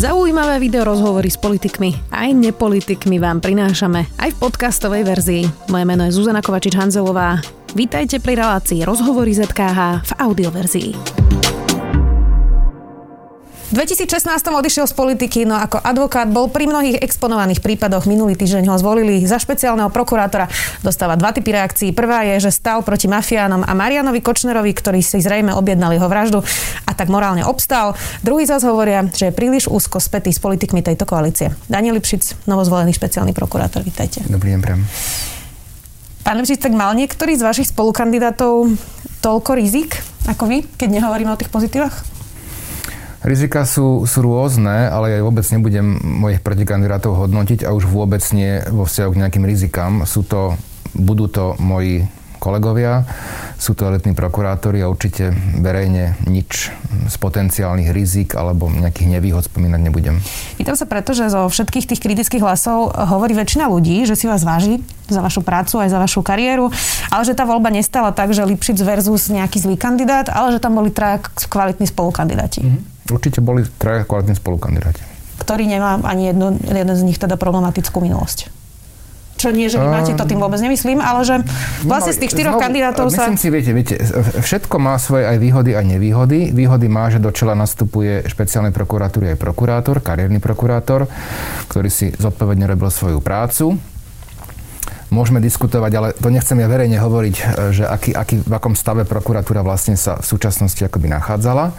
Zaujímavé video rozhovory s politikmi aj nepolitikmi vám prinášame aj v podcastovej verzii. Moje meno je Zuzana Kovačič-Hanzelová. Vítajte pri relácii Rozhovory ZKH v audioverzii. V 2016 odišiel z politiky, no ako advokát bol pri mnohých exponovaných prípadoch. Minulý týždeň ho zvolili za špeciálneho prokurátora. Dostáva dva typy reakcií. Prvá je, že stál proti mafiánom a Marianovi Kočnerovi, ktorí si zrejme objednali jeho vraždu a tak morálne obstál. Druhý zase hovoria, že je príliš úzko spätý s politikmi tejto koalície. Daniel Lipšic, novozvolený špeciálny prokurátor, vítajte. Dobrý deň, prajem. Pán Lipšic, tak mal niektorý z vašich spolukandidátov toľko rizik ako vy, keď nehovoríme o tých pozitívach? Rizika sú rôzne, ale ja vôbec nebudem mojich protikandidátov hodnotiť a už vôbec nie vo vzťahu k nejakým rizikám. Budú to moji kolegovia, sú to elitní prokurátori a určite verejne nič z potenciálnych rizik alebo nejakých nevýhod spomínať nebudem. Pýtam sa preto, že zo všetkých tých kritických hlasov hovorí väčšina ľudí, že si vás váži za vašu prácu aj za vašu kariéru, ale že tá voľba nestala tak, že Lipšic versus nejaký zlý kandidát, ale že tam boli traja kvalitní spolukandidáti. Určite boli traja kvalitní spolukandidáti. Ktorý nemá ani jeden z nich teda problematickú minulosť. Čo nie, že vy máte, to tým vôbec nemyslím, ale že vlastne z tých štyroch kandidátov sa... Myslím si, viete, všetko má svoje aj výhody, aj nevýhody. Výhody má, že do čela nastupuje špeciálnej prokuratúry aj prokurátor, kariérny prokurátor, ktorý si zodpovedne robil svoju prácu. Môžeme diskutovať, ale to nechcem ja verejne hovoriť, že v akom stave prokuratúra vlastne sa v súčasnosti akoby nachádzala.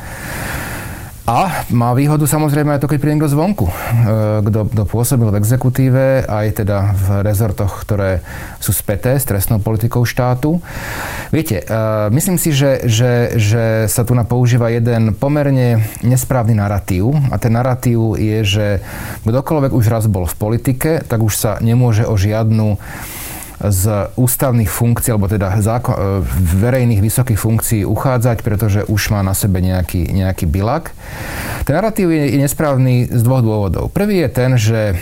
A má výhodu samozrejme aj to, keď príde niekto zvonku, kto pôsobil v exekutíve, aj teda v rezortoch, ktoré sú späté s trestnou politikou štátu. Viete, myslím si, že sa tu používa jeden pomerne nesprávny narratív. A ten narratív je, že kdokoľvek už raz bol v politike, tak už sa nemôže o žiadnu z ústavných funkcií, alebo teda verejných vysokých funkcií uchádzať, pretože už má na sebe nejaký bilak. Ten narratív je nesprávny z dvoch dôvodov. Prvý je ten, že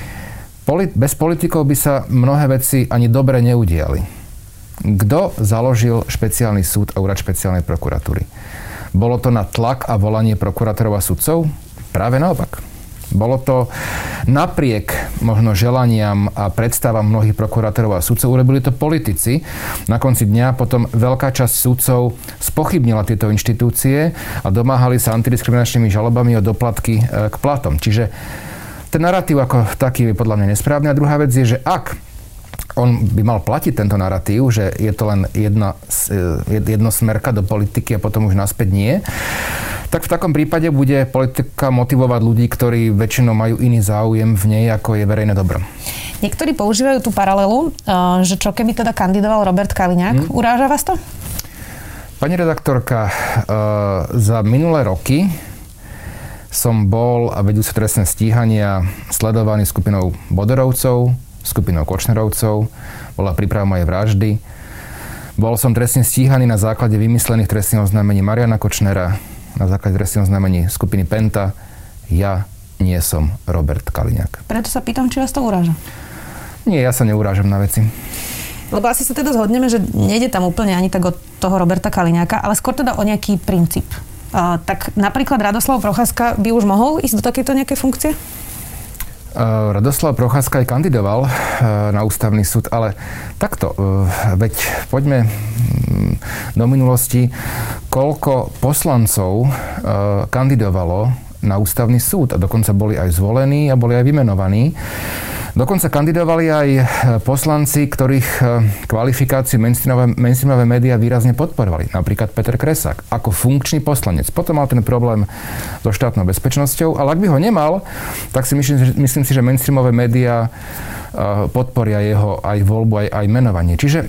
bez politikov by sa mnohé veci ani dobre neudiali. Kto založil špeciálny súd a úrad špeciálnej prokuratúry? Bolo to na tlak a volanie prokurátorov a sudcov? Práve naopak. Bolo to napriek možno želaniam a predstavám mnohých prokurátorov a sudcov. Urobili to politici. Na konci dňa potom veľká časť sudcov spochybnila tieto inštitúcie a domáhali sa antidiskriminačnými žalobami o doplatky k platom. Čiže ten narratív ako taký je podľa mňa nesprávny. A druhá vec je, že ak on by mal platiť tento narratív, že je to len jednosmerka do politiky a potom už naspäť nie, tak v takom prípade bude politika motivovať ľudí, ktorí väčšinou majú iný záujem v nej, ako je verejné dobro. Niektorí používajú tú paralelu, že čo keby teda kandidoval Robert Kaliňák. Uráža vás to? Pani redaktorka, za minulé roky som bol a vedú sa trestné stíhania sledovaný skupinou Bodorovcov, skupinou Kočnerovcov, bola príprava mojej vraždy. Bol som trestne stíhaný na základe vymyslených trestných oznámení Mariana Kočnera, na základe trestných oznámení skupiny Penta. Ja nie som Robert Kaliňák. Preto sa pýtam, či vás to uráža. Nie, ja sa neurážam na veci. Lebo asi sa teda zhodneme, že nejde tam úplne ani tak od toho Roberta Kaliňáka, ale skôr teda o nejaký princíp. Tak napríklad Radoslav Procházka by už mohol ísť do takejto nejakej funkcie? Radoslav Procházka aj kandidoval na ústavný súd, ale takto, veď poďme do minulosti, koľko poslancov kandidovalo na ústavný súd a dokonca boli aj zvolení a boli aj vymenovaní. Dokonca kandidovali aj poslanci, ktorých kvalifikáciu mainstreamové médiá výrazne podporovali. Napríklad Peter Kresák ako funkčný poslanec. Potom mal ten problém so štátnou bezpečnosťou, ale ak by ho nemal, tak si myslím si, že mainstreamové médiá podporia jeho aj voľbu, aj menovanie. Čiže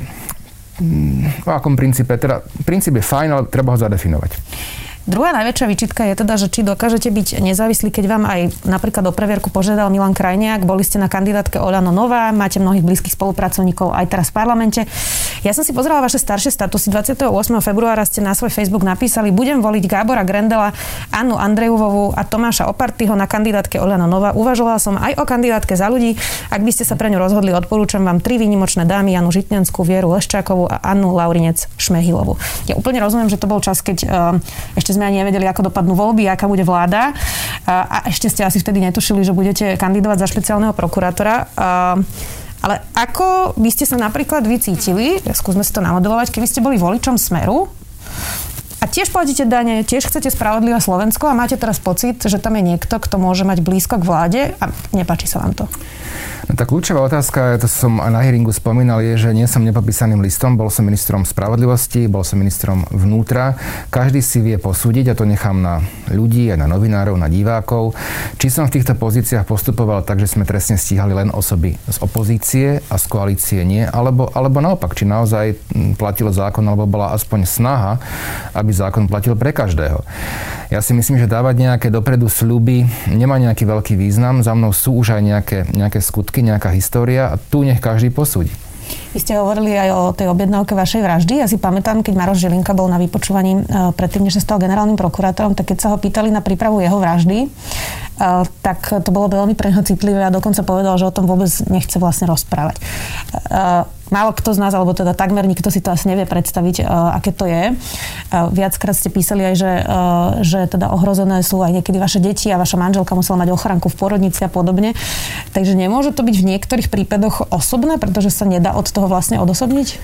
v akom princípe? Teda princíp je fajn, ale treba ho zadefinovať. Druhá najväčšia výčitka je teda, že či dokážete byť nezávislí, keď vám aj napríklad o previerku požiadal Milan Krajniak, boli ste na kandidátke Oľano Nová, máte mnohých blízkych spolupracovníkov aj teraz v parlamente. Ja som si pozerala vaše staršie statusy. 28. februára ste na svoj Facebook napísali: budem voliť Gábora Grendela, Annu Andrejovovú a Tomáša Opartyho na kandidátke Oľano Nová. Uvažovala som aj o kandidátke Za ľudí. Ak by ste sa pre ňu rozhodli, odporúčam vám 3 výnimočné dámy: Janu Žitňanskú, Vieru Leščákovú a Annu Laurinec Šmehilovú. Ja úplne rozumiem, že to bol čas, keď ešte sme ani nevedeli, ako dopadnú voľby, aká bude vláda. A ešte ste asi vtedy netušili, že budete kandidovať za špeciálneho prokurátora. Ale ako by ste sa napríklad vycítili, skúsme si to namodelovať, keby ste boli voličom Smeru a tiež platíte dane, tiež chcete spravodlivé Slovensko a máte teraz pocit, že tam je niekto, kto môže mať blízko k vláde a nepáči sa vám to? No, tá kľúčová otázka, to som aj na hearingu spomínal, je, že nie som nepodpísaným listom, bol som ministrom spravodlivosti, bol som ministrom vnútra. Každý si vie posúdiť, a to nechám na ľudí, aj na novinárov, na divákov, či som v týchto pozíciách postupoval tak, že sme trestne stíhali len osoby z opozície a z koalície nie, alebo naopak, či naozaj platil zákon, alebo bola aspoň snaha, aby zákon platil pre každého. Ja si myslím, že dávať nejaké dopredu sľuby nemá nejaký veľký význam. Za mnou sú už aj nejaké skutky, nejaká história a tu nech každý posúdi. Vy ste hovorili aj o tej objednávke vašej vraždy. Ja si pamätám, keď Maroš Žilinka bol na vypočúvaní predtým, než sa stal generálnym prokurátorom, tak keď sa ho pýtali na prípravu jeho vraždy, tak to bolo veľmi pre neho citlivé a dokonca povedal, že o tom vôbec nechce vlastne rozprávať. Málo kto z nás, alebo teda takmer nikto si to asi nevie predstaviť, aké to je. Viackrát ste písali aj, že teda ohrozené sú aj niekedy vaše deti a vaša manželka musela mať ochránku v pôrodnici a podobne. Takže nemôže to byť v niektorých prípadoch osobné, pretože sa nedá od toho vlastne odosobniť?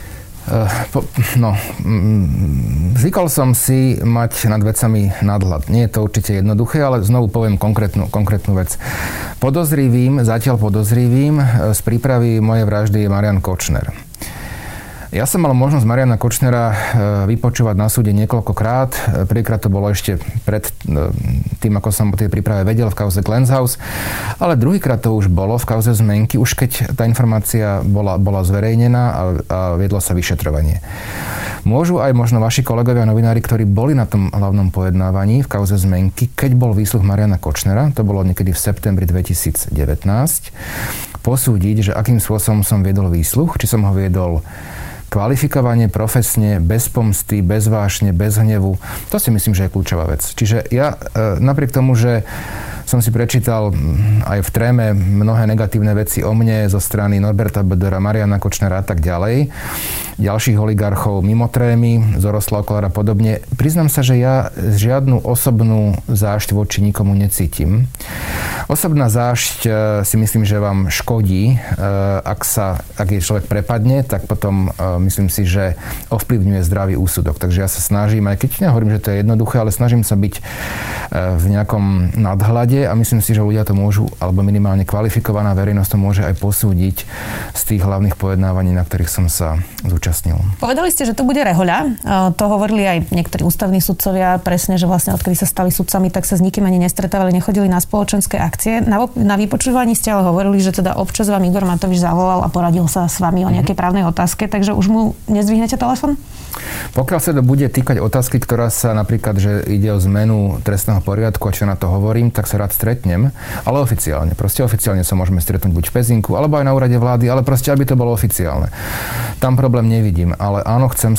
Zvykol som si mať nad vecami nadhľad. Nie je to určite jednoduché, ale znovu poviem konkrétnu vec. Zatiaľ podozrivým z prípravy mojej vraždy je Marian Kočner. Ja som mal možnosť Mariana Kočnera vypočúvať na súde niekoľkokrát. Prvýkrát to bolo ešte pred tým, ako som o tej príprave vedel v kauze Glenshouse, ale druhýkrát to už bolo v kauze Zmenky, už keď tá informácia bola zverejnená a viedlo sa vyšetrovanie. Môžu aj možno vaši kolegovia novinári, ktorí boli na tom hlavnom pojednávaní v kauze Zmenky, keď bol výsluch Mariana Kočnera, to bolo niekedy v septembri 2019, posúdiť, že akým spôsobom som viedol výsluch, či som ho viedol kvalifikovanie, profesne, bez pomsty, bez vášne, bez hnevu. To si myslím, že je kľúčová vec. Čiže ja napriek tomu, že som si prečítal aj v Tréme mnohé negatívne veci o mne zo strany Norberta Bödöra, Mariana Kočnera a tak ďalej, ďalších oligarchov mimo Trémy, Zoroslava Kolára a podobne. Priznám sa, že ja žiadnu osobnú zášť voči nikomu necítim. Osobná zášť si myslím, že vám škodí. Ak je človek prepadne, tak potom myslím si, že ovplyvňuje zdravý úsudok. Takže ja sa snažím, aj keď nehovorím, že to je jednoduché, ale snažím sa byť v nejakom nadhľade a myslím si, že ľudia to môžu, alebo minimálne kvalifikovaná verejnosť to môže aj posúdiť z tých hlavných pojednávaní, na ktorých som sa zúčastnil. Povedali ste, že to bude rehoľa. To hovorili aj niektorí ústavní sudcovia presne, že vlastne odkedy sa stali sudcami, tak sa s nikým ani nestretávali, nechodili na spoločenské akcie. Na vypočúvaní ste ale hovorili, že teda občas vám Igor Matovič zavolal a poradil sa s vami o nejakej právnej otázke, takže už mu nezdvihnete telefon? Pokiaľ sa to bude týkať otázky, ktorá sa napríklad, že ide o zmenu trestného poriadku a čo na to hovorím, tak sa rád stretnem, ale oficiálne. Proste oficiálne sa môžeme stretnúť buď v Pezinku, alebo aj na úrade vlády, ale proste, aby to bolo oficiálne. Tam problém nevidím, ale áno, chcem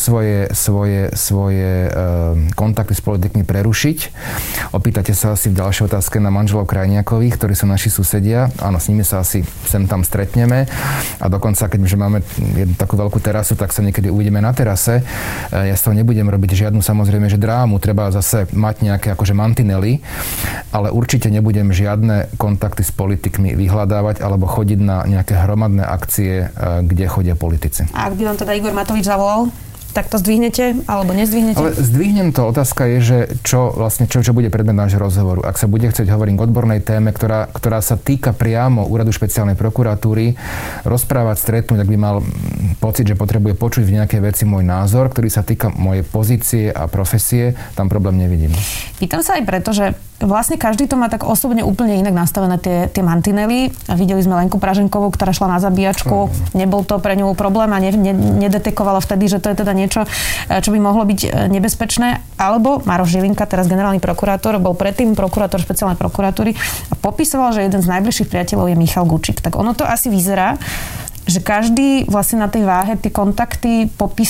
svoje kontakty s politikmi prerušiť. Opýtate sa asi v ďalšej otázke na manželov Krajniakových, ktorí sú naši susedia. Áno, s nimi sa asi sem tam stretneme a dokonca, keďže máme jednu takú veľkú terasu, tak sa niekedy uvidíme na terase. Ja z toho nebudem robiť žiadnu samozrejme, že drámu, treba zase mať nejaké akože mantinely, ale určite nebudem žiadne kontakty s politikmi vyhľadávať alebo chodiť na nejaké hromadné akcie, kde chodia politici. A ak by vám teda Igor Matovič zavolal, tak to zdvihnete alebo nezdvihnete? Ale zdvihnem to. Otázka je, že čo bude predmet nášho rozhovoru. Ak sa bude chcieť hovoriť k odbornej téme, ktorá sa týka priamo Úradu špeciálnej prokuratúry, rozprávať, stretnúť, ak by mal pocit, že potrebuje počuť v nejakej veci môj názor, ktorý sa týka mojej pozície a profesie, tam problém nevidím. Pýtam sa aj preto, že vlastne každý to má tak osobne úplne inak nastavené tie mantinely. Videli sme Lenku Praženkovú, ktorá šla na zabíjačku. Nebol to pre ňu problém a nedetekovala vtedy, že to je teda niečo, čo by mohlo byť nebezpečné. Alebo Maroš Žilinka, teraz generálny prokurátor, bol predtým prokurátor špeciálnej prokuratúry a popisoval, že jeden z najbližších priateľov je Michal Gučík. Tak ono to asi vyzerá, že každý vlastne na tej váhe tie kontakty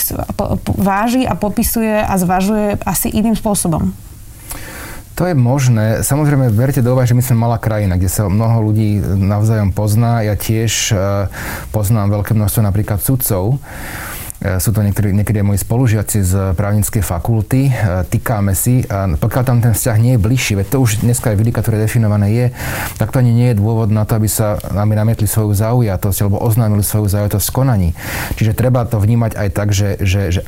váži a popisuje a zvažuje asi iným spôsobom. To je možné. Samozrejme, berte do úvahy, že my sme malá krajina, kde sa mnoho ľudí navzájom pozná. Ja tiež poznám veľké množstvo napríklad sudcov. sú to niekedy moji spolužiaci z právnickej fakulty, tykáme si a pokiaľ tam ten vzťah nie je bližší, veď to už dneska aj v judikatúre definované je, tak to ani nie je dôvod na to, aby namietli svoju zaujatosť alebo oznámili svoju zaujatosť v konaní. Čiže treba to vnímať aj tak, že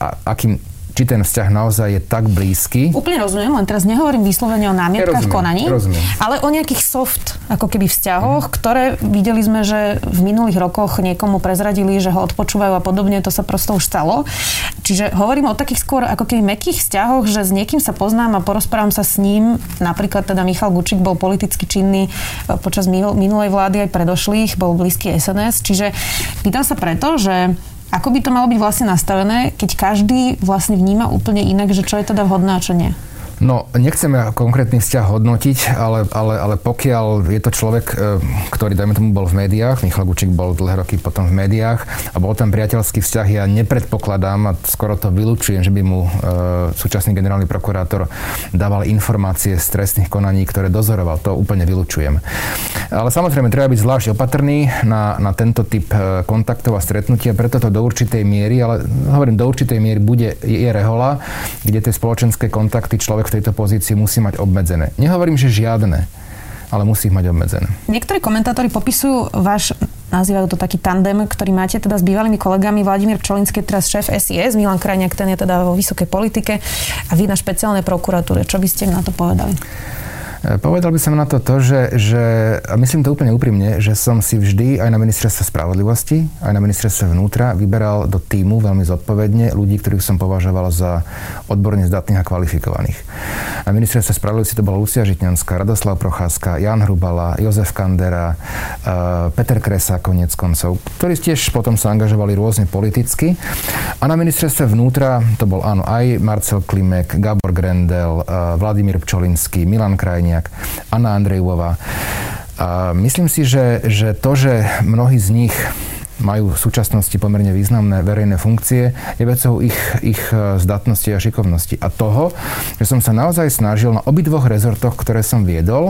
či ten vzťah naozaj je tak blízky. Úplne rozumiem, len teraz nehovorím vyslovene o námietkach v konaní, ale o nejakých soft, ako keby vzťahoch, ktoré videli sme, že v minulých rokoch niekomu prezradili, že ho odpočúvajú a podobne, to sa prosto už stalo. Čiže hovorím o takých skôr ako keby mäkkých vzťahoch, že s niekým sa poznám a porozprávam sa s ním. Napríklad teda Michal Gučík bol politicky činný počas minulej vlády aj predošlých, bol blízky SNS. Čiže pýtam sa preto, že ako by to malo byť vlastne nastavené, keď každý vlastne vníma úplne inak, že čo je teda vhodné a čo nie? No, nechceme konkrétny vzťah hodnotiť, ale pokiaľ je to človek, ktorý, dajme tomu, bol v médiách, Michal Gučík bol dlhé roky potom v médiách a bol tam priateľský vzťah, ja nepredpokladám a skoro to vylučujem, že by mu súčasný generálny prokurátor dával informácie z trestných konaní, ktoré dozoroval. To úplne vylučujem. Ale samozrejme, treba byť zvlášť opatrný na tento typ kontaktov a stretnutia, preto to do určitej miery, ale hovorím, do určitej miery je rehoľa, kde tie spoločenské kontakty človek v tejto pozícii musí mať obmedzené. Nehovorím, že žiadne, ale musí ich mať obmedzené. Niektorí komentátori popisujú nazývajú to taký tandem, ktorý máte teda s bývalými kolegami. Vladimír Pčolinský, teraz šéf SIS, Milan Krajniak, ten je teda vo vysokej politike a vy na špeciálnej prokuratúre. Čo by ste na to povedali? Povedal by som na to, že a myslím to úplne úprimne, že som si vždy aj na ministerstve spravodlivosti, aj na ministerstve vnútra vyberal do tímu veľmi zodpovedne ľudí, ktorých som považoval za odborne zdatných a kvalifikovaných. Na ministerstve spravodlivosti to bola Lucia Žitňanská, Radoslav Procházka, Jan Hrubala, Jozef Kandera, Peter Kresa koniec koncov, ktorí tiež potom sa angažovali rôzne politicky. A na ministerstve vnútra to bol aj Marcel Klimek, Gábor Grendel, Vladimír Pčolinský, Milan Krajniak, Anna Andrejová. A myslím si, že to, že mnohí z nich majú v súčasnosti pomerne významné verejné funkcie, je vecou ich zdatnosti a šikovnosti. A toho, že som sa naozaj snažil na obidvoch rezortoch, ktoré som viedol,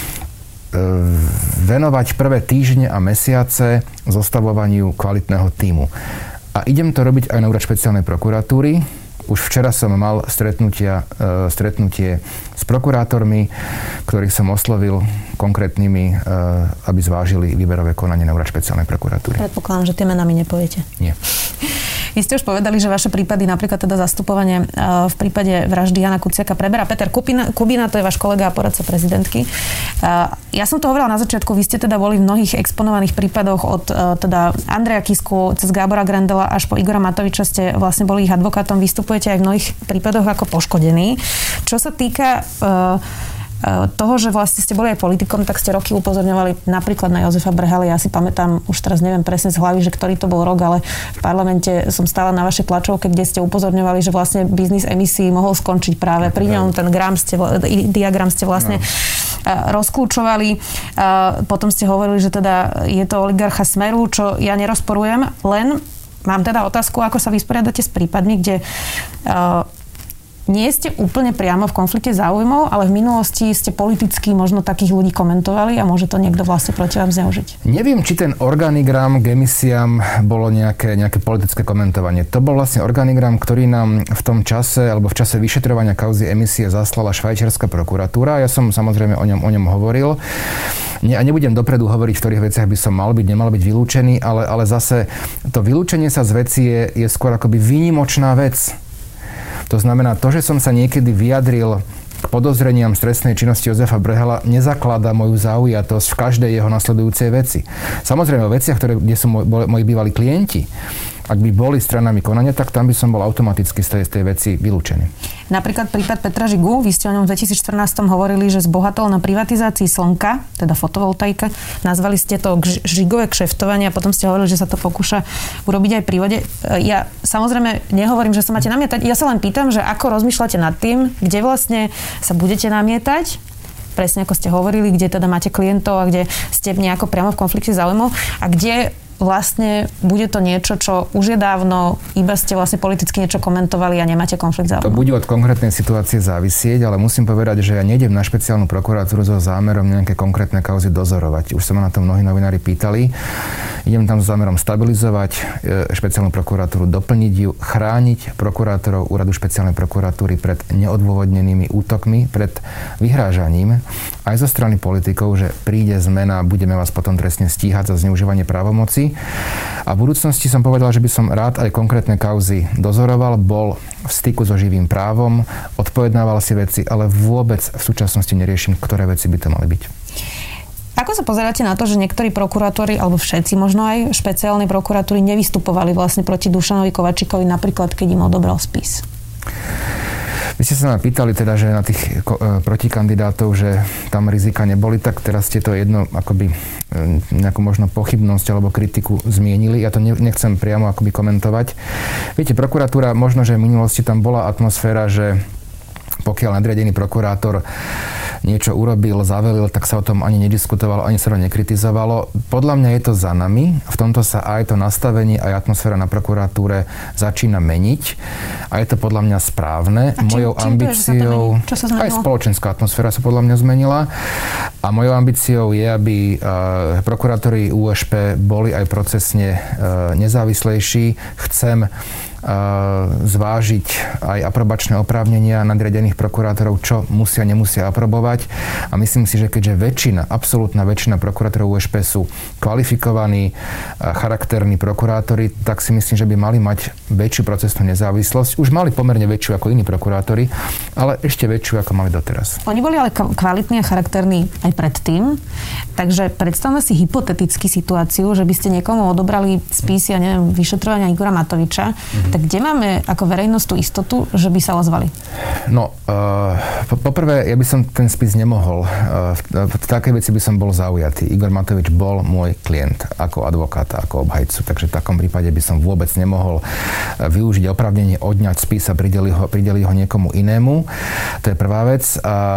venovať prvé týždne a mesiace zostavovaniu kvalitného tímu. A idem to robiť aj na úrad špeciálnej prokuratúry. Už včera som mal stretnutie s prokurátormi, ktorých som oslovil konkrétnymi, aby zvážili výberové konanie na úrad špeciálnej prokuratúry. Predpokladám, že tie mená mi nepoviete. Nie. Vy ste už povedali, že vaše prípady, napríklad teda zastupovanie v prípade vraždy Jana Kuciaka preberá Peter Kubina, to je váš kolega a poradca prezidentky. Ja som to hovorila na začiatku, vy ste teda boli v mnohých exponovaných prípadoch od teda Andreja Kisku cez Gábora Grendela až po Igora Matoviča ste vlastne boli ich advokátom, vystupujete aj v mnohých prípadoch ako poškodení. Čo sa týka toho, že vlastne ste boli aj politikom, tak ste roky upozorňovali napríklad na Jozefa Brehala. Ja si pamätám, už teraz neviem presne z hlavy, že ktorý to bol rok, ale v parlamente som stála na vašej tlačovke, kde ste upozorňovali, že vlastne biznis emisí mohol skončiť práve pri ňom. Ten diagram ste vlastne rozklúčovali. Potom ste hovorili, že teda je to oligarcha Smeru, čo ja nerozporujem, len mám teda otázku, ako sa vysporiadate s prípadmi, kde nie ste úplne priamo v konflikte záujmov, ale v minulosti ste politicky možno takých ľudí komentovali a môže to niekto vlastne proti vám zneužiť. Neviem, či ten organigram k emisiám bolo nejaké politické komentovanie. To bol vlastne organigram, ktorý nám v tom čase, alebo v čase vyšetrovania kauzy emisie zaslala švajčiarska prokuratúra. Ja som samozrejme o ňom hovoril. A nebudem dopredu hovoriť, v ktorých veciach by som mal byť, nemal byť vylúčený, ale zase to vylúčenie sa z veci je skôr akoby výnimočná vec. To znamená, to, že som sa niekedy vyjadril k podozreniam z trestnej činnosti Jozefa Brehala, nezakladá moju zaujatosť v každej jeho nasledujúcej veci. Samozrejme, o veciach, kde sú moji bývalí klienti, ak by boli stranami konania, tak tam by som bol automaticky z tej veci vylúčený. Napríklad prípad Petra Žigu, vy ste o ňom v 2014 hovorili, že zbohatol na privatizácii slnka, teda fotovoltaika. Nazvali ste to Žigové kšeftovanie a potom ste hovorili, že sa to pokúša urobiť aj pri vode. Ja samozrejme nehovorím, že sa máte namietať. Ja sa len pýtam, že ako rozmýšľate nad tým, kde vlastne sa budete namietať, presne ako ste hovorili, kde teda máte klientov a kde ste nejako priamo v konflikte záujmov a kde vlastne bude to niečo, čo už je dávno, iba ste vlastne politicky niečo komentovali a nemáte konflikt záujmov? To bude od konkrétnej situácie závisieť, ale musím povedať, že ja nejdem na špeciálnu prokuratúru so zámerom nejaké konkrétne kauzy dozorovať. Už sa ma na to mnohí novinári pýtali. Idem tam s zámerom stabilizovať špeciálnu prokuratúru, doplniť ju, chrániť prokurátorov úradu špeciálnej prokuratúry pred neodôvodnenými útokmi, pred vyhrážaním aj zo strany politikov, že príde zmena a budeme vás potom trestne stíhať za zneužívanie právomoci. A v budúcnosti som povedal, že by som rád aj konkrétne kauzy dozoroval, bol v styku so živým právom, odpovednával si veci, ale vôbec v súčasnosti neriešim, ktoré veci by to mali byť. Ako sa pozeráte na to, že niektorí prokurátori, alebo všetci možno aj špeciálnej prokuratúry nevystupovali vlastne proti Dušanovi Kovačíkovi, napríklad keď im odobral spis? Vy ste sa ma pýtali teda, že na tých protikandidátov, že tam rizika neboli, tak teraz ste to jedno akoby nejakú možno pochybnosť alebo kritiku zmienili. Ja to nechcem priamo akoby komentovať. Viete, prokuratúra, možno, že v minulosti tam bola atmosféra, že pokiaľ nadriadený prokurátor niečo urobil, zavelil, tak sa o tom ani nediskutovalo, ani sa to nekritizovalo. Podľa mňa je to za nami. V tomto sa aj to nastavenie, aj atmosféra na prokuratúre začína meniť. A je to podľa mňa správne. Mojou ambíciou... Aj spoločenská atmosféra sa podľa mňa zmenila. A mojou ambíciou je, aby prokurátori UŠP boli aj procesne nezávislejší. Chcem zvážiť aj aprobačné oprávnenia nadriadených prokurátorov, čo musia, nemusia aprobovať. A myslím si, že keďže absolútna väčšina prokurátorov UŠP sú kvalifikovaní, charakterní prokurátori, tak si myslím, že by mali mať väčšiu procesnú nezávislosť. Už mali pomerne väčšiu ako iní prokurátori, ale ešte väčšiu, ako mali doteraz. Oni boli ale kvalitní a charakterní aj predtým. Takže predstavme si hypoteticky situáciu, že by ste niekomu odobrali spisy, ja neviem, vyšetrovania Igora Matoviča. Tak kde máme ako verejnosť tú istotu, že by sa ozvali? No, poprvé, ja by som ten spis nemohol. V takej veci by som bol zaujatý. Igor Matovič bol môj klient ako advokáta, ako obhajcu. Takže v takom prípade by som vôbec nemohol využiť oprávnenie odňať spis a prideliť ho niekomu inému. To je prvá vec.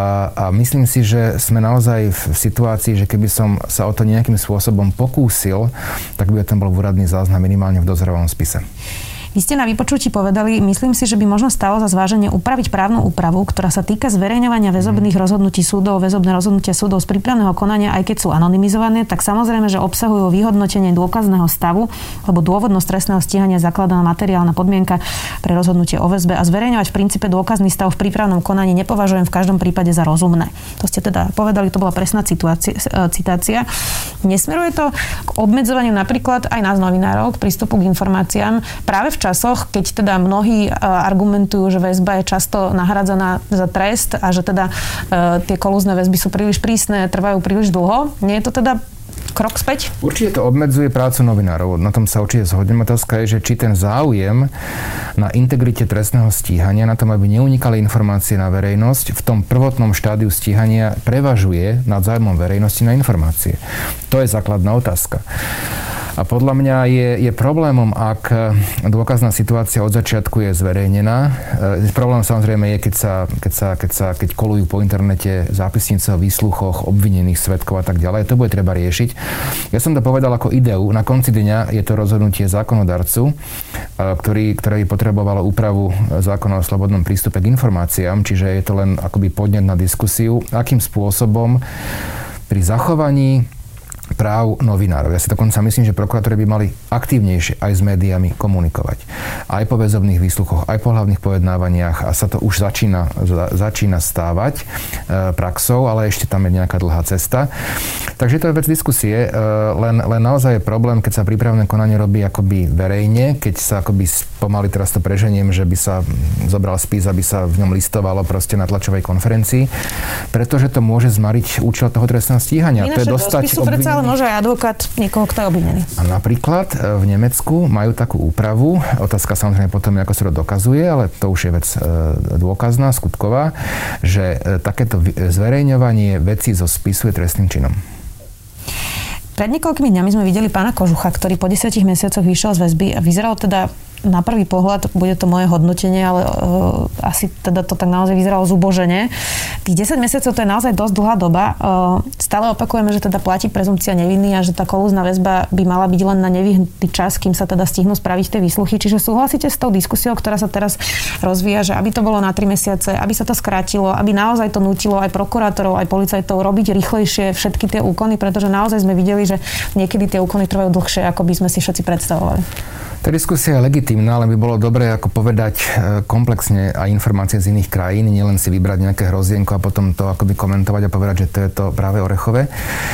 A myslím si, že sme naozaj v situácii, že keby som sa o to nejakým spôsobom pokúsil, tak by tam bol úradný záznam minimálne v dozorovom spise. Vy ste na vypočutí povedali, myslím si, že by možno stalo za zváženie upraviť právnu úpravu, ktorá sa týka zverejňovania väzobných rozhodnutí súdov, väzobné rozhodnutia súdov z prípravného konania, aj keď sú anonymizované, tak samozrejme, že obsahujú vyhodnotenie dôkazného stavu, lebo dôvodnosť trestného stíhania je zakladaná materiálna podmienka pre rozhodnutie o väzbe a zverejňovať v princípe dôkazný stav v prípravnom konaní nepovažujem v každom prípade za rozumné. To ste teda povedali, to bola presná citácia. Nesmeruje to k obmedzovaniu napríklad aj nás novinárov k prístupu k informáciám práve v časoch, keď teda mnohí argumentujú, že väzba je často nahradzaná za trest a že teda tie kolúzne väzby sú príliš prísne, trvajú príliš dlho. Nie je to teda krok späť? Určite to obmedzuje prácu novinárov. Na tom sa určite zhodnem. Otázka je, že či ten záujem na integrite trestného stíhania, na tom, aby neunikali informácie na verejnosť, v tom prvotnom štádiu stíhania prevažuje nad záujmom verejnosti na informácie. To je základná otázka. A podľa mňa je problémom, ak dôkazná situácia od začiatku je zverejnená. Problém samozrejme je, keď kolujú po internete zápisnice o výsluchoch obvinených svedkov a tak ďalej. To bude treba riešiť. Ja som to povedal ako ideu. Na konci dňa je to rozhodnutie zákonodarcu, ktorý potrebovalo úpravu zákona o slobodnom prístupe k informáciám, čiže je to len akoby podnet na diskusiu, akým spôsobom pri zachovaní práv novinárov. Ja si dokonca myslím, že prokurátori by mali aktívnejšie aj s médiami komunikovať. Aj po väzobných výsluchoch, aj po hlavných pojednávaniach a sa to už začína stávať praxou, ale ešte tam je nejaká dlhá cesta. Takže to je vec diskusie, len naozaj je problém, keď sa prípravné konanie robí akoby verejne, keď sa akoby pomaly teraz to preženiem, že by sa zobral spis, aby sa v ňom listovalo proste na tlačovej konferencii, pretože to môže zmariť účel toho trestného stíhania. To je dostať môže aj advokát niekoho, kto je obvinený. A napríklad v Nemecku majú takú úpravu, otázka samozrejme potom, ako sa to dokazuje, ale to už je vec dôkazná, skutková, že takéto zverejňovanie vecí zo spisu je trestným činom. Pred niekoľkými dňami sme videli pána Kožucha, ktorý po 10 mesiacoch vyšiel z väzby a vyzeral teda na prvý pohľad, bude to moje hodnotenie, ale asi teda to tak naozaj vyzeralo zubožene. Tých 10 mesiacov to je naozaj dosť dlhá doba. Stále opakujeme, že teda platí prezumpcia neviny a že tá kolúzna väzba by mala byť len na nevyhnutný čas, kým sa teda stihnú spraviť tie výsluchy. Čiže súhlasíte s tou diskusiou, ktorá sa teraz rozvíja, že aby to bolo na 3 mesiace, aby sa to skrátilo, aby naozaj to nutilo aj prokurátorov, aj policajtov robiť rýchlejšie všetky tie úkony, pretože naozaj sme videli, že niekedy tie úkony trvajú dlhšie, ako by sme si všetci predstavovali. Tá diskusia je legitímna, ale by bolo dobré ako povedať komplexne aj informácie z iných krajín, nielen si vybrať nejaké hrozienko a potom to akoby komentovať a povedať, že to je to práve orechové.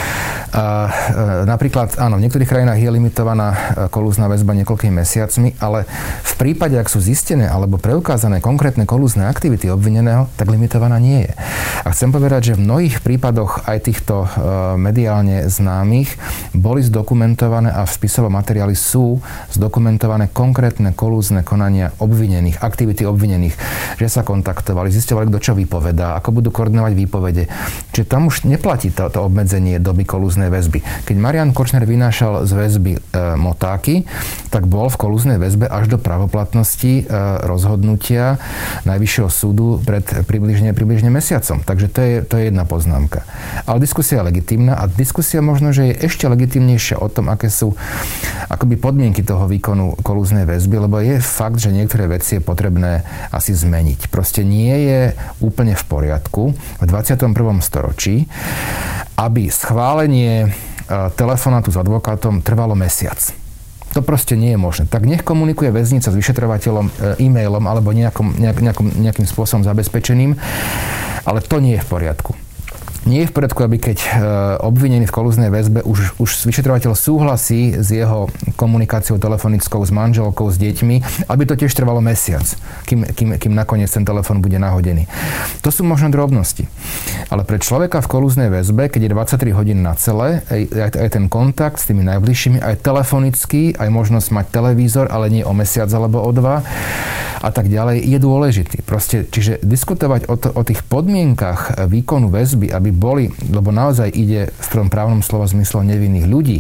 Napríklad, áno, v niektorých krajinách je limitovaná kolúzna väzba niekoľkými mesiacmi, ale v prípade, ak sú zistené alebo preukázané konkrétne kolúzne aktivity obvineného, tak limitovaná nie je. A chcem povedať, že v mnohých prípadoch aj týchto mediálne známych boli zdokumentované a v spisovom materiáli sú zdokumentované konkrétne kolúzne konania obvinených, aktivity obvinených, že sa kontaktovali, zisťovali, kto čo vypovedá, ako budú koordinovať výpovede. Čiže tam už neplatí to obmedzenie doby kolúznej väzby. Keď Marian Kočner vynášal z väzby motáky, tak bol v kolúznej väzbe až do pravoplatnosti rozhodnutia Najvyššieho súdu pred približne mesiacom. Takže to je jedna poznámka. Ale diskusia je legitímna a diskusia možno, že je ešte legitímnejšia o tom, aké sú akoby podmienky toho výkonu kolúznej väzby, lebo je fakt, že niektoré veci je potrebné asi zmeniť. Proste nie je úplne v poriadku v 21. storočí, aby schválenie telefonátu s advokátom trvalo mesiac. To proste nie je možné. Tak nech komunikuje väznica s vyšetrovateľom e-mailom alebo nejakým spôsobom zabezpečeným, ale to nie je v poriadku. Nie je v poriadku, aby keď obvinený v kolúznej väzbe už vyšetrovateľ súhlasí s jeho komunikáciou telefonickou s manželkou, s deťmi, aby to tiež trvalo mesiac, kým nakoniec ten telefon bude nahodený. To sú možno drobnosti. Ale pre človeka v kolúznej väzbe, keď je 23 hodín na celé, aj ten kontakt s tými najbližšími, aj telefonický, aj možnosť mať televízor, ale nie o mesiac alebo o 2 a tak ďalej, je dôležitý. Proste, čiže diskutovať o tých podmienkach výkonu väzby, aby boli, lebo naozaj ide v tom právnom slova zmysle nevinných ľudí,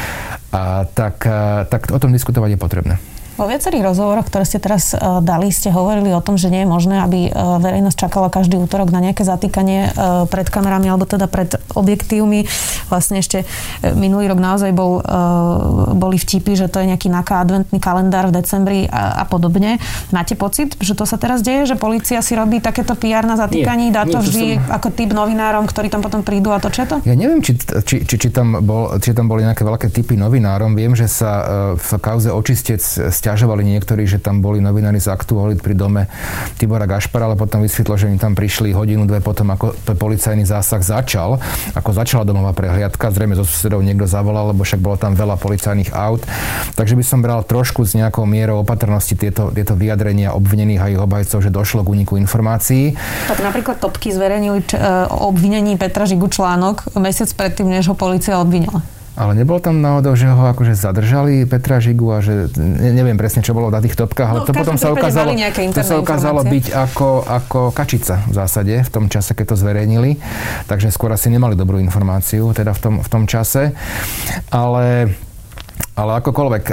tak o tom diskutovať je potrebné. Vo viacerých rozhovoroch, ktoré ste teraz dali, ste hovorili o tom, že nie je možné, aby verejnosť čakala každý útorok na nejaké zatýkanie pred kamerami alebo teda pred objektívmi. Vlastne ešte minulý rok naozaj boli vtipy, že to je nejaký NAKA adventný kalendár v decembri a podobne. Máte pocit, že to sa teraz deje, že polícia si robí takéto PR na zatýkaní, dá to vždy ako tip novinárom, ktorí tam potom prídu a točia to? Ja neviem, či tam boli nejaké veľké tipy novinárom. Viem, že sa v kauze Očistec sťažovali niektorí, že tam boli novinári z Aktualit pri dome Tibora Gašpara, ale potom vysvetlo, že im tam prišli hodinu, dve potom, ako to policajný zásah začala domová prehliadka. Zrejme zo susedov niekto zavolal, lebo však bolo tam veľa policajných aut. Takže by som bral trošku s nejakou mierou opatrnosti tieto vyjadrenia obvinených a ich obhajcov, že došlo k úniku informácií. Tak napríklad Topky zverejnili o obvinení Petra Žigu článok mesiac predtým, než ho polícia obvinila. Ale nebolo tam náhodou, že ho akože zadržali Petra Žigu a že neviem presne, čo bolo na tých topkách, ale to potom sa ukázalo byť ako kačica v zásade v tom čase, keď to zverejnili. Takže skôr asi nemali dobrú informáciu teda v tom čase. Ale akokoľvek,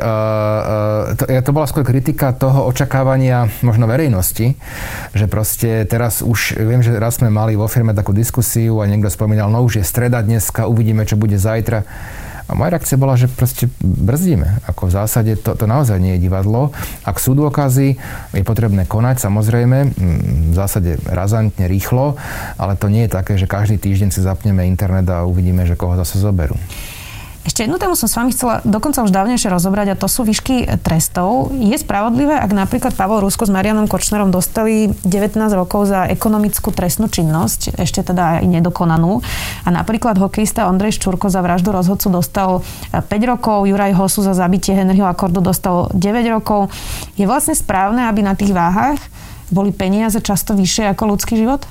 to bola skôr kritika toho očakávania možno verejnosti, že proste teraz už, viem, že raz sme mali vo firme takú diskusiu a niekto spomínal, no už je streda dneska, uvidíme, čo bude zajtra. A moja reakcia bola, že proste brzdíme. Ako v zásade to naozaj nie je divadlo. Ak sú dôkazy, je potrebné konať, samozrejme, v zásade razantne, rýchlo, ale to nie je také, že každý týždeň si zapneme internet a uvidíme, že koho zase zoberú. Ešte jednu tému som s vami chcela dokonca už dávnejšie rozobrať a to sú výšky trestov. Je spravodlivé, ak napríklad Pavol Rusko s Marianom Kočnerom dostali 19 rokov za ekonomickú trestnú činnosť, ešte teda aj nedokonanú. A napríklad hokejista Ondrej Ščurko za vraždu rozhodcu dostal 5 rokov, Juraj Hosu za zabitie Henryho Accordu dostal 9 rokov. Je vlastne správne, aby na tých váhach boli peniaze často vyššie ako ľudský život?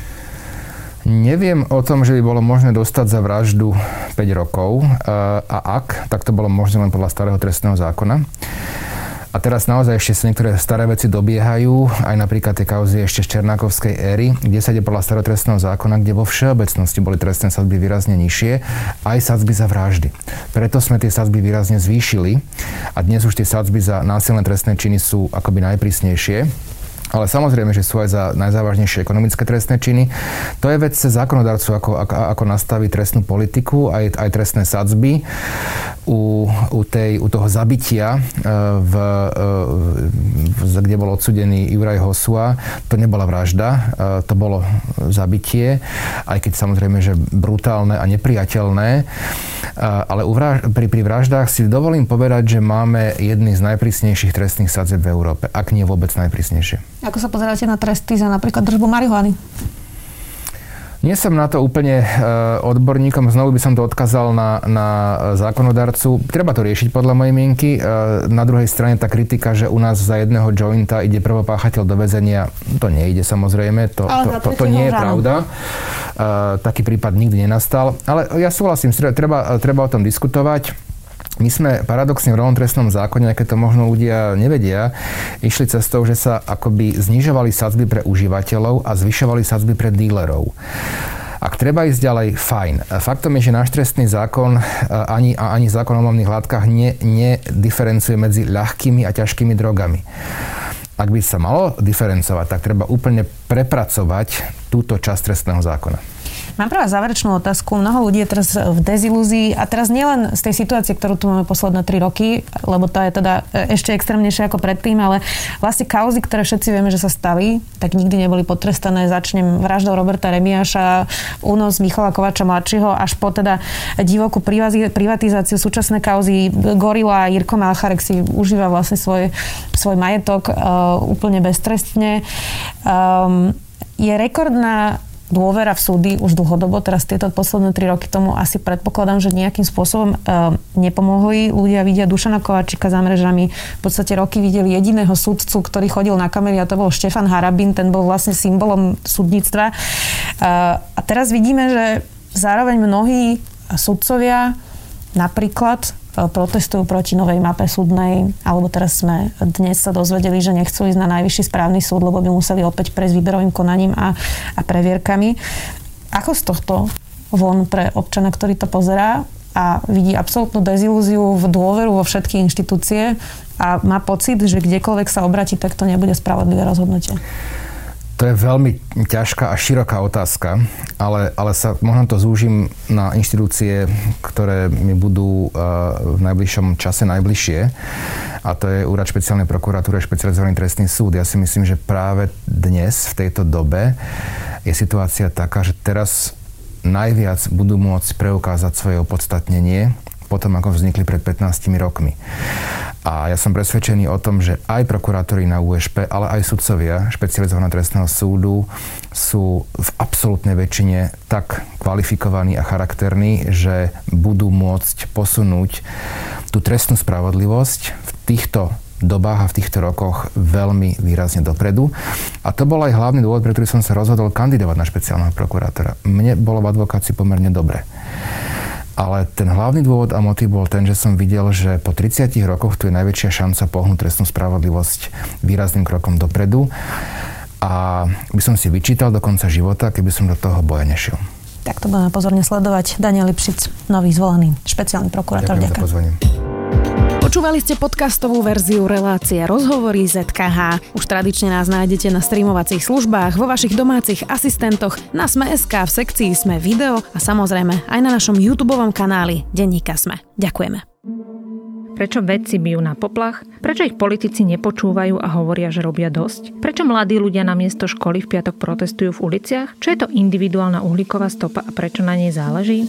Neviem o tom, že by bolo možné dostať za vraždu 5 rokov a ak, tak to bolo možné len podľa starého trestného zákona. A teraz naozaj ešte sa niektoré staré veci dobiehajú, aj napríklad tie kauzy ešte z Černákovskej éry, kde sa ide podľa starotrestného zákona, kde vo všeobecnosti boli trestné sadzby výrazne nižšie, aj sadzby za vraždy. Preto sme tie sadzby výrazne zvýšili a dnes už tie sadzby za násilné trestné činy sú akoby najprísnejšie. Ale samozrejme, že sú aj za najzávažnejšie ekonomické trestné činy. To je vec zákonodarcu, ako nastaví trestnú politiku, aj trestné sadzby. U toho zabitia, kde bol odsudený Juraj Hosua, to nebola vražda, to bolo zabitie, aj keď samozrejme, že brutálne a nepriateľné. Ale pri vraždách si dovolím povedať, že máme jedny z najprísnejších trestných sadzieb v Európe, ak nie vôbec najprísnejšie. Ako sa pozeráte na tresty za napríklad držbu marihuany? Nie som na to úplne odborníkom, znovu by som to odkázal na zákonodarcu. Treba to riešiť podľa mojej mienky. Na druhej strane tá kritika, že u nás za jedného jointa ide prvopáchateľ do väzenia, to nejde samozrejme, to nie je pravda. Taký prípad nikdy nenastal. Ale ja súhlasím, treba o tom diskutovať. My sme paradoxne v novom trestnom zákone, keď to možno ľudia nevedia, išli cestou, že sa akoby znižovali sadzby pre užívateľov a zvyšovali sadzby pre dílerov. Ak treba ísť ďalej, fajn. Faktom je, že náš trestný zákon ani zákon o omamných látkach nediferencuje medzi ľahkými a ťažkými drogami. Ak by sa malo diferencovať, tak treba úplne prepracovať túto časť trestného zákona. Mám pre vás záverečnú otázku. Mnoho ľudí je teraz v dezilúzii a teraz nielen z tej situácie, ktorú tu máme posledné 3 roky, lebo tá je teda ešte extrémnejšia ako predtým, ale vlastne kauzy, ktoré všetci vieme, že sa stali, tak nikdy neboli potrestané. Začnem vraždou Roberta Remiáša, únos Michala Kováča mladšieho, až po teda divokú privatizáciu, súčasné kauzy Gorila, Jirko Malcharek si užíva vlastne svoj majetok úplne beztrestne. Je rekordná dôvera v súdy už dlhodobo, teraz tieto posledné 3 roky tomu asi predpokladám, že nejakým spôsobom nepomohli. Ľudia vidia Dušana Kováčika za mrežami, v podstate roky videli jediného sudcu, ktorý chodil na kamery a to bol Štefan Harabin, ten bol vlastne symbolom súdnictva. A teraz vidíme, že zároveň mnohí sudcovia napríklad protestujú proti novej mape súdnej, alebo teraz sme dnes sa dozvedeli, že nechcú ísť na najvyšší správny súd, lebo by museli opäť prejsť výberovým konaním a previerkami. Ako z tohto von pre občana, ktorý to pozerá a vidí absolútnu dezilúziu v dôveru vo všetky inštitúcie a má pocit, že kdekoľvek sa obratí, tak to nebude spravodlivé rozhodnutie? To je veľmi ťažká a široká otázka, ale sa možno to zúžim na inštitúcie, ktoré mi budú v najbližšom čase najbližšie. A to je Úrad špeciálnej prokuratúry a špecializovaný trestný súd. Ja si myslím, že práve dnes, v tejto dobe, je situácia taká, že teraz najviac budú môcť preukázať svoje opodstatnenie potom, ako vznikli pred 15 rokmi. A ja som presvedčený o tom, že aj prokurátori na UŠP, ale aj sudcovia špecializovaného trestného súdu sú v absolútnej väčšine tak kvalifikovaní a charakterní, že budú môcť posunúť tú trestnú spravodlivosť v týchto dobách a v týchto rokoch veľmi výrazne dopredu. A to bol aj hlavný dôvod, pre ktorý som sa rozhodol kandidovať na špeciálneho prokurátora. Mne bolo v advokácii pomerne dobre. Ale ten hlavný dôvod a motív bol ten, že som videl, že po 30 rokoch tu je najväčšia šanca pohnúť trestnú spravodlivosť výrazným krokom dopredu. A by som si vyčítal do konca života, keby som do toho boja nešiel. Tak to budeme pozorne sledovať. Daniel Lipšic, nový zvolený špeciálny prokurátor. Ďakujem za pozvanie. Počúvali ste podcastovú verziu relácie Rozhovory ZKH. Už tradične nás nájdete na streamovacích službách, vo vašich domácich asistentoch, na Sme.sk, v sekcii Sme video a samozrejme aj na našom YouTubeovom kanáli Denníka Sme. Ďakujeme. Prečo vedci bijú na poplach? Prečo ich politici nepočúvajú a hovoria, že robia dosť? Prečo mladí ľudia namiesto školy v piatok protestujú v uliciach? Čo je to individuálna uhlíková stopa a prečo na nej záleží?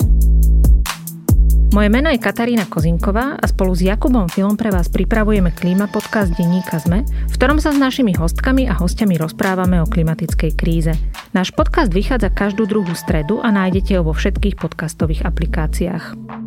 Moje meno je Katarína Kozinková a spolu s Jakubom Filom pre vás pripravujeme Klíma podcast denníka Sme, v ktorom sa s našimi hostkami a hostiami rozprávame o klimatickej kríze. Náš podcast vychádza každú druhú stredu a nájdete ho vo všetkých podcastových aplikáciách.